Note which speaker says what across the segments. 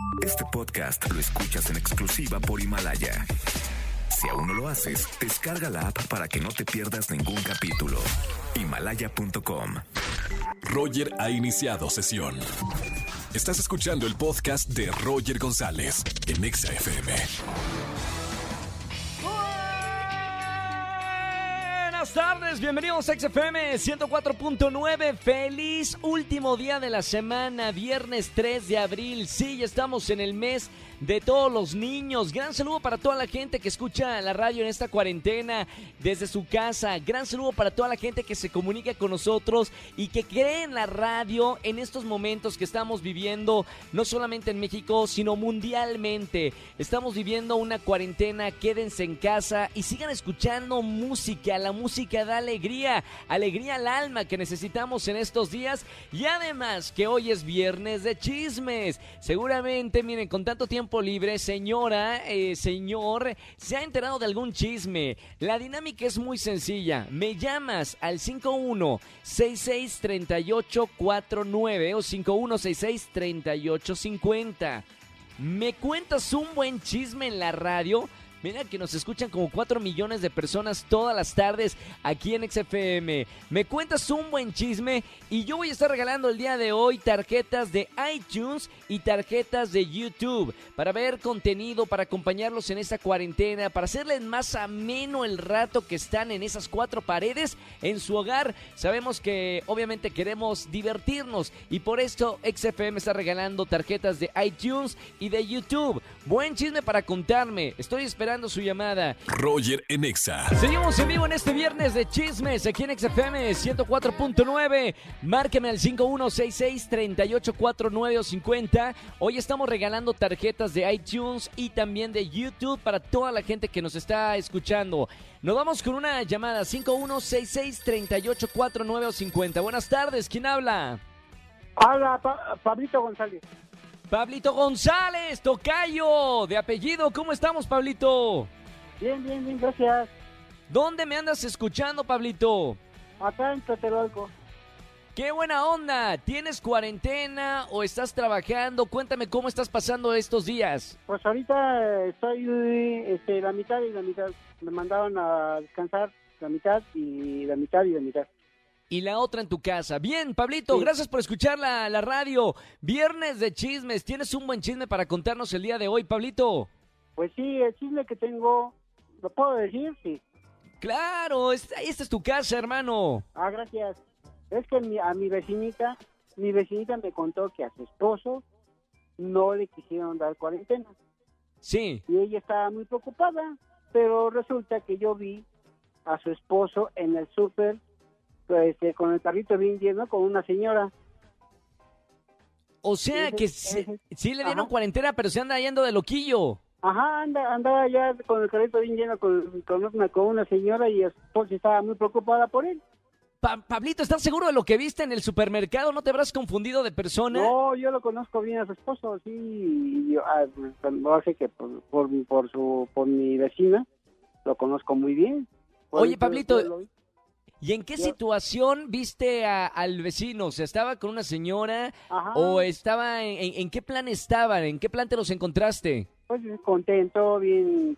Speaker 1: Este podcast lo escuchas en exclusiva por Himalaya. Si aún no lo haces, descarga la app para que no te pierdas ningún capítulo. Himalaya.com.
Speaker 2: Roger ha iniciado sesión. Estás escuchando el podcast de Roger González en Exa FM.
Speaker 3: Buenas tardes, bienvenidos a XFM 104.9. Feliz último día de la semana, viernes 3 de abril. Sí, ya estamos en el mes de todos los niños. Gran saludo para toda la gente que escucha la radio en esta cuarentena desde su casa. Gran saludo para toda la gente que se comunica con nosotros y que cree en la radio en estos momentos que estamos viviendo, no solamente en México, sino mundialmente. Estamos viviendo una cuarentena, quédense en casa y sigan escuchando música. La música da alegría, alegría al alma que necesitamos en estos días. Y además que hoy es viernes de chismes. Seguramente, miren, con tanto tiempo libre, señora, señor, se ha enterado de algún chisme. La dinámica es muy sencilla. Me llamas al 51663849 o 51663850. Me cuentas un buen chisme en la radio. Mira que nos escuchan como 4 millones de personas todas las tardes aquí en XFM. Me cuentas un buen chisme y yo voy a estar regalando el día de hoy tarjetas de iTunes y tarjetas de YouTube para ver contenido, para acompañarlos en esta cuarentena, para hacerles más ameno el rato que están en esas 4 paredes en su hogar. Sabemos que obviamente queremos divertirnos y por esto XFM está regalando tarjetas de iTunes y de YouTube. Buen chisme para contarme. Estoy esperando su llamada.
Speaker 2: Roger en Exa.
Speaker 3: Seguimos en vivo en este viernes de chismes aquí en XFM 104.9. Márqueme al 51663849 o 50. Hoy estamos regalando tarjetas de iTunes y también de YouTube para toda la gente que nos está escuchando. Nos vamos con una llamada 51663849 o 50. Buenas tardes, ¿quién habla?
Speaker 4: Habla Pablito González.
Speaker 3: Pablito González, tocayo, de apellido. ¿Cómo estamos, Pablito?
Speaker 4: Bien, gracias.
Speaker 3: ¿Dónde me andas escuchando, Pablito?
Speaker 4: Acá en Tlatelolco.
Speaker 3: ¡Qué buena onda! ¿Tienes cuarentena o estás trabajando? Cuéntame cómo estás pasando estos días.
Speaker 4: Pues ahorita estoy la mitad y la mitad. Me mandaron a descansar la mitad y la mitad y la mitad.
Speaker 3: Y la otra en tu casa. Bien, Pablito, sí. Gracias por escuchar la radio. Viernes de chismes. ¿Tienes un buen chisme para contarnos el día de hoy, Pablito?
Speaker 4: Pues sí, el chisme que tengo, ¿lo puedo decir? Sí.
Speaker 3: Claro, esta es tu casa, hermano.
Speaker 4: Ah, gracias. Es que a mi vecinita me contó que a su esposo no le quisieron dar cuarentena.
Speaker 3: Sí.
Speaker 4: Y ella estaba muy preocupada, pero resulta que yo vi a su esposo en el súper, con el carrito bien lleno, con una señora.
Speaker 3: O sea que sí le dieron cuarentena, pero se anda yendo de loquillo.
Speaker 4: Ajá, andaba ya con el carrito bien lleno con una señora y el esposo estaba muy preocupada por él.
Speaker 3: Pablito, ¿estás seguro de lo que viste en el supermercado? ¿No te habrás confundido de persona?
Speaker 4: No, yo lo conozco bien a su esposo, sí. Y yo, sé que por mi vecina lo conozco muy bien.
Speaker 3: Oye, Pablito, ¿y en qué situación viste al vecino? O sea, ¿estaba con una señora? Ajá. ¿O estaba en qué plan estaban? ¿En qué plan te los encontraste?
Speaker 4: Pues contento, bien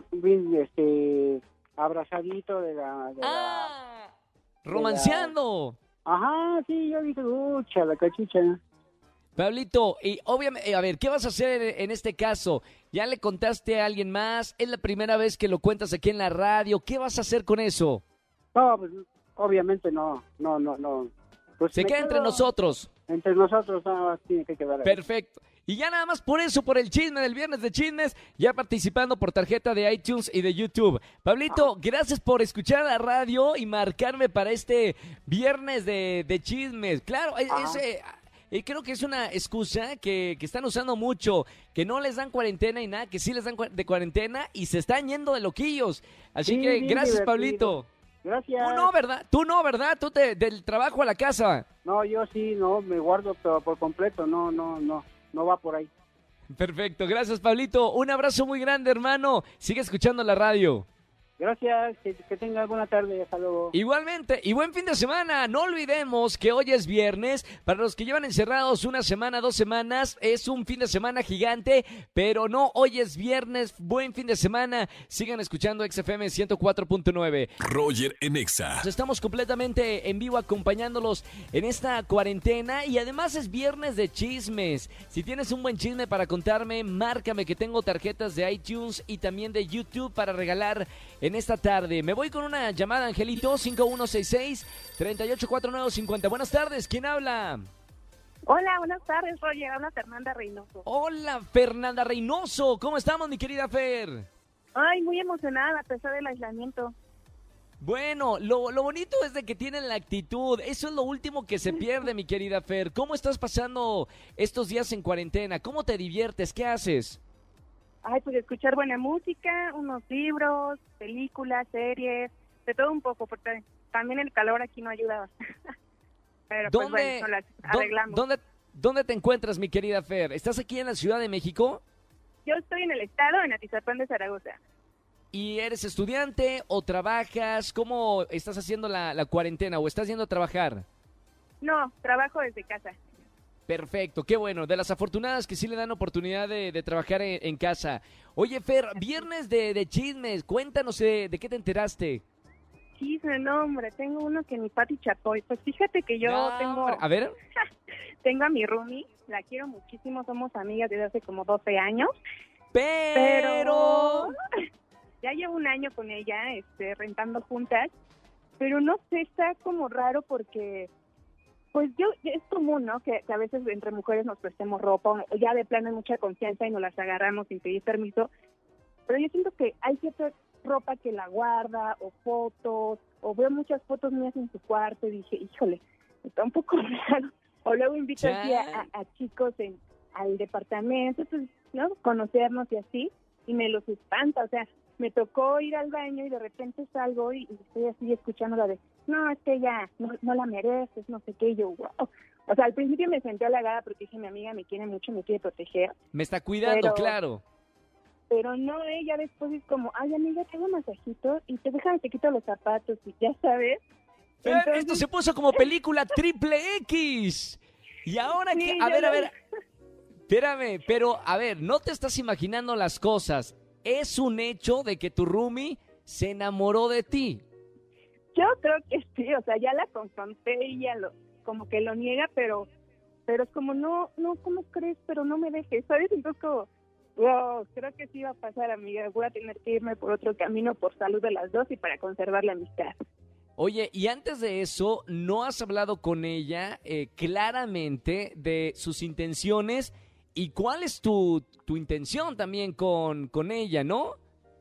Speaker 4: abrazadito de la
Speaker 3: romanceando.
Speaker 4: Ajá, sí, yo dije, la cachucha.
Speaker 3: Pablito, y obviamente, a ver, ¿qué vas a hacer en este caso? ¿Ya le contaste a alguien más? ¿Es la primera vez que lo cuentas aquí en la radio? ¿Qué vas a hacer con eso?
Speaker 4: No, pues obviamente no. Pues
Speaker 3: se queda entre nosotros.
Speaker 4: Entre nosotros nada más tiene que quedar ahí.
Speaker 3: Perfecto. Y ya nada más por eso, por el chisme del viernes de chismes, ya participando por tarjeta de iTunes y de YouTube. Pablito, gracias por escuchar la radio y marcarme para este viernes de chismes. Claro, creo que es una excusa que están usando mucho, que no les dan cuarentena y nada, que sí les dan de cuarentena y se están yendo de loquillos. Así que gracias, divertido. Pablito.
Speaker 4: Gracias.
Speaker 3: Tú no, ¿verdad? Tú del trabajo a la casa.
Speaker 4: No, yo sí, no, me guardo todo por completo, no va por ahí.
Speaker 3: Perfecto, gracias, Pablito. Un abrazo muy grande, hermano. Sigue escuchando la radio.
Speaker 4: Gracias, que tengan buena tarde, hasta luego.
Speaker 3: Igualmente, y buen fin de semana. No olvidemos que hoy es viernes. Para los que llevan encerrados una semana, 2 semanas, es un fin de semana gigante, pero no, hoy es viernes. Buen fin de semana. Sigan escuchando XFM 104.9.
Speaker 2: Roger en Exa.
Speaker 3: Estamos completamente en vivo acompañándolos en esta cuarentena y además es viernes de chismes. Si tienes un buen chisme para contarme, márcame, que tengo tarjetas de iTunes y también de YouTube para regalar en esta tarde. Me voy con una llamada, Angelito, 5166-384950. Buenas tardes, ¿quién habla?
Speaker 5: Hola, buenas tardes, Roger. Habla Fernanda Reynoso.
Speaker 3: Hola, Fernanda Reynoso. ¿Cómo estamos, mi querida Fer?
Speaker 5: Ay, muy emocionada a pesar del aislamiento.
Speaker 3: Bueno, lo bonito es de que tienen la actitud. Eso es lo último que se pierde, mi querida Fer. ¿Cómo estás pasando estos días en cuarentena? ¿Cómo te diviertes? ¿Qué haces?
Speaker 5: Ay, pues escuchar buena música, unos libros, películas, series, de todo un poco, porque también el calor aquí no ayuda. Pero pues bueno, nos las arreglamos.
Speaker 3: ¿Dónde te encuentras, mi querida Fer? ¿Estás aquí en la Ciudad de México?
Speaker 5: Yo estoy en el estado, en Atizapán de Zaragoza.
Speaker 3: ¿Y eres estudiante o trabajas? ¿Cómo estás haciendo la cuarentena o estás yendo a trabajar?
Speaker 5: No, trabajo desde casa.
Speaker 3: Perfecto, qué bueno. De las afortunadas que sí le dan oportunidad de trabajar en casa. Oye, Fer, viernes de chismes. Cuéntanos de qué te enteraste.
Speaker 5: Chisme, no, hombre. Tengo uno que mi Pati Chapoy. Pues fíjate que yo tengo...
Speaker 3: A ver.
Speaker 5: Tengo a mi roomie. La quiero muchísimo. Somos amigas desde hace como 12 años.
Speaker 3: Pero...
Speaker 5: Ya llevo un año con ella, rentando juntas. Pero no sé, está como raro porque... Pues es común, ¿no? Que a veces entre mujeres nos prestemos ropa, ya de plano hay mucha confianza y nos las agarramos sin pedir permiso, pero yo siento que hay cierta ropa que la guarda, o fotos, o veo muchas fotos mías en su cuarto y dije, híjole, está un poco raro, o luego invito así a chicos al departamento, pues, ¿no? Conocernos y así, y me los espanta, o sea, me tocó ir al baño y de repente salgo y estoy así escuchando la de, no, es que ella no la mereces, no sé qué, y yo, wow. O sea, al principio me sentí halagada porque dije, mi amiga me quiere mucho, me quiere proteger.
Speaker 3: Me está cuidando, claro.
Speaker 5: Pero no, ella después es como, ay, amiga, te hago un masajito y te quito los zapatos y ya sabes.
Speaker 3: Entonces... Esto se puso como película triple X. Y ahora
Speaker 5: sí,
Speaker 3: que, a ver, espérame, pero a ver, no te estás imaginando las cosas. Es un hecho de que tu roomie se enamoró de ti.
Speaker 5: Yo creo que sí, o sea, ya la confronté y ella como que lo niega, pero es como, no, ¿cómo crees? Pero no me dejes, ¿sabes? Entonces como, wow, creo que sí va a pasar, amiga, voy a tener que irme por otro camino por salud de las dos y para conservar la amistad.
Speaker 3: Oye, y antes de eso, ¿no has hablado con ella claramente de sus intenciones y cuál es tu intención también con ella, no?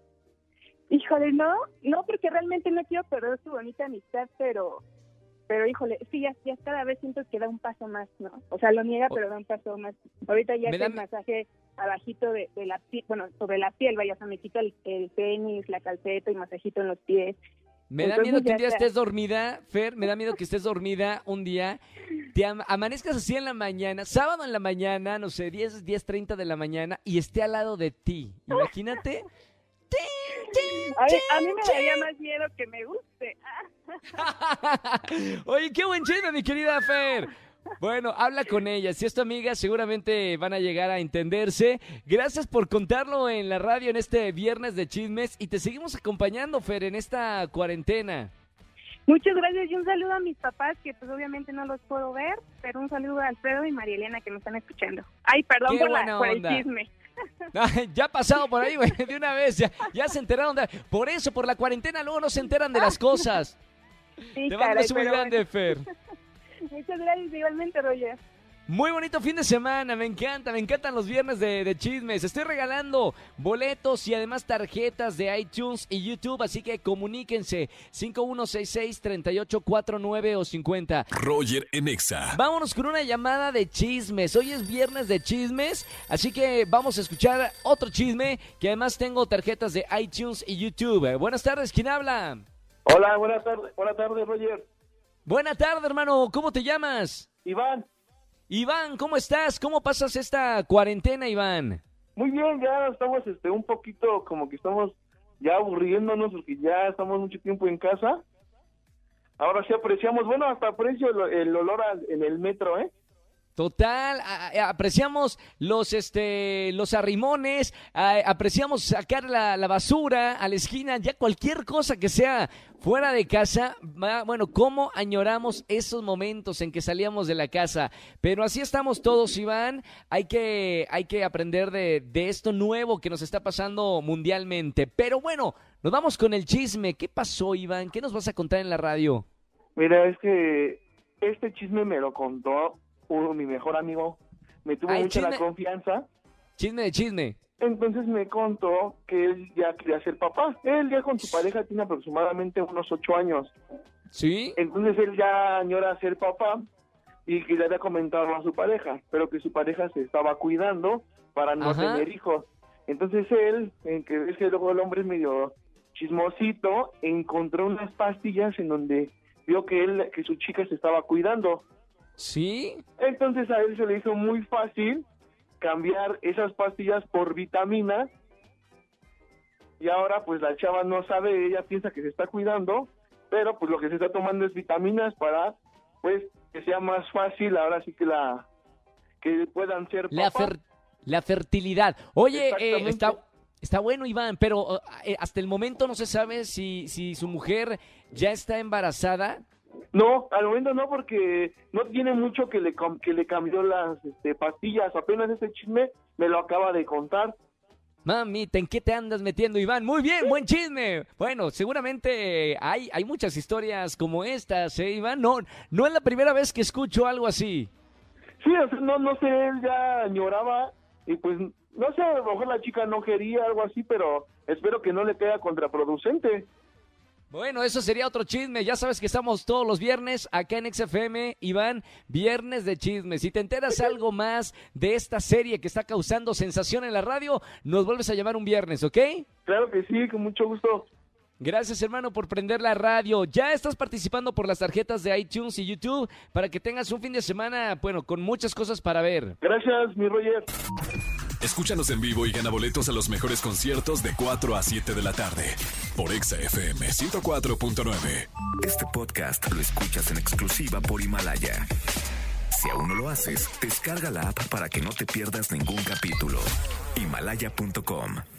Speaker 5: Híjole, no, porque realmente no quiero perder su bonita amistad, pero híjole, sí, ya cada vez siento que da un paso más, ¿no? O sea, lo niega, pero da un paso más. Ahorita ya hace el masaje abajito de la piel, bueno, sobre la piel, vaya, o sea, me quito el tenis, la calceta y masajito en los pies.
Speaker 3: Me da miedo que un día estés dormida, Fer, me da miedo que estés dormida un día, te amanezcas así en la mañana, sábado en la mañana, no sé, 10:30 de la mañana, y esté al lado de ti. Imagínate.
Speaker 5: A mí me daría más miedo que me guste.
Speaker 3: Oye, qué buen chisme, mi querida Fer. Bueno, habla con ella. Si es tu amiga, seguramente van a llegar a entenderse. Gracias por contarlo en la radio en este viernes de chismes. Y te seguimos acompañando, Fer, en esta cuarentena.
Speaker 5: Muchas gracias y un saludo a mis papás, que pues obviamente no los puedo ver, pero un saludo a Alfredo y María Elena que me están escuchando. Ay, perdón por el chisme.
Speaker 3: Ya ha pasado por ahí, güey, de una vez, ya se enteraron. Por eso, por la cuarentena, luego no se enteran de las cosas.
Speaker 5: Sí,
Speaker 3: te mando un beso muy grande, Fer.
Speaker 5: Muchas gracias, igualmente, Roger.
Speaker 3: Muy bonito fin de semana, me encantan los viernes de chismes. Estoy regalando boletos y además tarjetas de iTunes y YouTube, así que comuníquense 5166-3849 o 50.
Speaker 2: Roger en Exa.
Speaker 3: Vámonos con una llamada de chismes. Hoy es viernes de chismes, así que vamos a escuchar otro chisme, que además tengo tarjetas de iTunes y YouTube. Buenas tardes, ¿quién habla?
Speaker 6: Hola, buenas tardes, Roger.
Speaker 3: Buenas tardes, hermano, ¿cómo te llamas?
Speaker 6: Iván,
Speaker 3: ¿cómo estás? ¿Cómo pasas esta cuarentena, Iván?
Speaker 6: Muy bien, ya estamos un poquito como que estamos ya aburriéndonos porque ya estamos mucho tiempo en casa. Ahora sí apreciamos, bueno, hasta aprecio el olor en el metro, ¿eh?
Speaker 3: Total, apreciamos los arrimones, apreciamos sacar la basura a la esquina, ya cualquier cosa que sea fuera de casa. Bueno, cómo añoramos esos momentos en que salíamos de la casa. Pero así estamos todos, Iván. Hay que aprender de esto nuevo que nos está pasando mundialmente. Pero bueno, nos vamos con el chisme. ¿Qué pasó, Iván? ¿Qué nos vas a contar en la radio?
Speaker 6: Mira, es que este chisme me lo contó mi mejor amigo. Me tuvo mucha la confianza.
Speaker 3: Chisme de chisme.
Speaker 6: Entonces me contó que él ya quería ser papá. Él ya con su pareja tiene aproximadamente unos 8 años.
Speaker 3: ¿Sí?
Speaker 6: Entonces él ya añora ser papá y que le había comentado a su pareja, pero que su pareja se estaba cuidando para no tener hijos. Entonces él, en que es que luego el hombre es medio chismosito, encontró unas pastillas en donde vio que su chica se estaba cuidando.
Speaker 3: ¿Sí?
Speaker 6: Entonces a él se le hizo muy fácil cambiar esas pastillas por vitaminas y ahora pues la chava no sabe, ella piensa que se está cuidando, pero pues lo que se está tomando es vitaminas para pues que sea más fácil ahora sí que puedan ser papás.
Speaker 3: La fertilidad. Oye, está bueno, Iván, pero hasta el momento no se sabe si su mujer ya está embarazada.
Speaker 6: No, al momento no, porque no tiene mucho que le cambió las pastillas. Apenas este chisme me lo acaba de contar.
Speaker 3: Mamita, ¿en qué te andas metiendo, Iván? Muy bien, buen chisme. Bueno, seguramente hay muchas historias como estas, Iván? No es la primera vez que escucho algo así.
Speaker 6: Sí, o sea, no sé, él ya añoraba y pues, no sé, a lo mejor la chica no quería algo así, pero espero que no le quede contraproducente.
Speaker 3: Bueno, eso sería otro chisme. Ya sabes que estamos todos los viernes acá en XFM, Iván, viernes de chismes. Si te enteras algo más de esta serie que está causando sensación en la radio, nos vuelves a llamar un viernes, ¿ok?
Speaker 6: Claro que sí, con mucho gusto.
Speaker 3: Gracias, hermano, por prender la radio. Ya estás participando por las tarjetas de iTunes y YouTube para que tengas un fin de semana, bueno, con muchas cosas para ver.
Speaker 6: Gracias, mi Roger.
Speaker 2: Escúchanos en vivo y gana boletos a los mejores conciertos de 4 a 7 de la tarde por XFM 104.9.
Speaker 1: Este podcast lo escuchas en exclusiva por Himalaya. Si aún no lo haces, descarga la app para que no te pierdas ningún capítulo. Himalaya.com